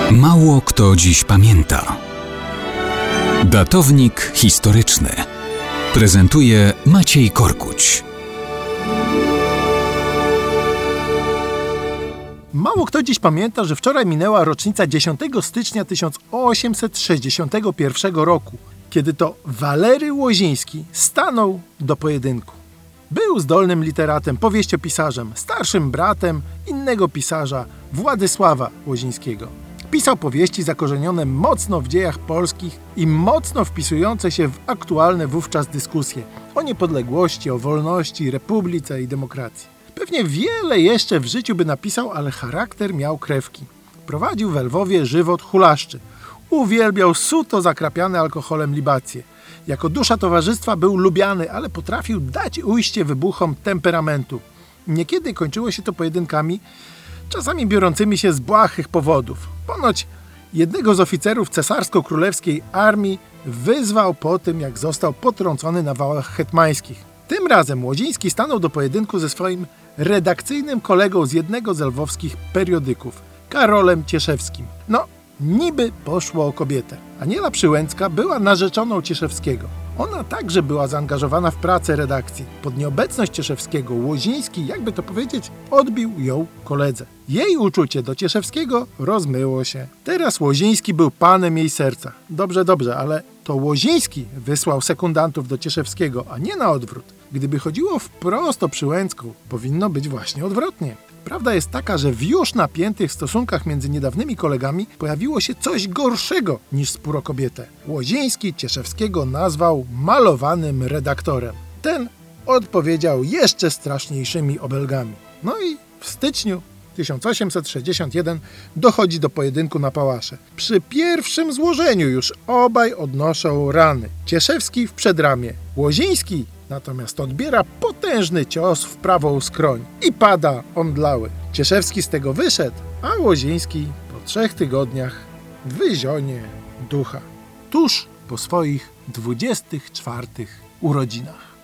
Mało kto dziś pamięta. Datownik historyczny prezentuje Maciej Korkuć. Mało kto dziś pamięta, że wczoraj minęła rocznica 10 stycznia 1861 roku, kiedy to Walery Łoziński stanął do pojedynku. Był zdolnym literatem, powieściopisarzem, starszym bratem innego pisarza, Władysława Łozińskiego. Pisał powieści zakorzenione mocno w dziejach polskich i mocno wpisujące się w aktualne wówczas dyskusje o niepodległości, o wolności, republice i demokracji. Pewnie wiele jeszcze w życiu by napisał, ale charakter miał krewki. Prowadził we Lwowie żywot hulaszczy. Uwielbiał suto zakrapiane alkoholem libacje. Jako dusza towarzystwa był lubiany, ale potrafił dać ujście wybuchom temperamentu. Niekiedy kończyło się to pojedynkami, czasami biorącymi się z błahych powodów. Ponoć jednego z oficerów cesarsko-królewskiej armii wyzwał po tym, jak został potrącony na wałach hetmańskich. Tym razem Łoziński stanął do pojedynku ze swoim redakcyjnym kolegą z jednego z lwowskich periodyków, Karolem Cieszewskim. Niby poszło o kobietę. Aniela Przyłęcka była narzeczoną Cieszewskiego. Ona także była zaangażowana w pracę redakcji. Pod nieobecność Cieszewskiego Łoziński, jakby to powiedzieć, odbił ją koledze. Jej uczucie do Cieszewskiego rozmyło się. Teraz Łoziński był panem jej serca. Dobrze, ale to Łoziński wysłał sekundantów do Cieszewskiego, a nie na odwrót. Gdyby chodziło wprost o Przyłęcką, powinno być właśnie odwrotnie. Prawda jest taka, że w już napiętych stosunkach między niedawnymi kolegami pojawiło się coś gorszego niż spór o kobietę. Łoziński Cieszewskiego nazwał malowanym redaktorem. Ten odpowiedział jeszcze straszniejszymi obelgami. I w styczniu 1861 dochodzi do pojedynku na Pałasze. Przy pierwszym złożeniu już obaj odnoszą rany. Cieszewski w przedramię. Łoziński natomiast odbiera potężny cios w prawą skroń i pada omdlały. Cieszewski z tego wyszedł, a Łoziński po 3 tygodniach wyzionie ducha. Tuż po swoich 24 urodzinach.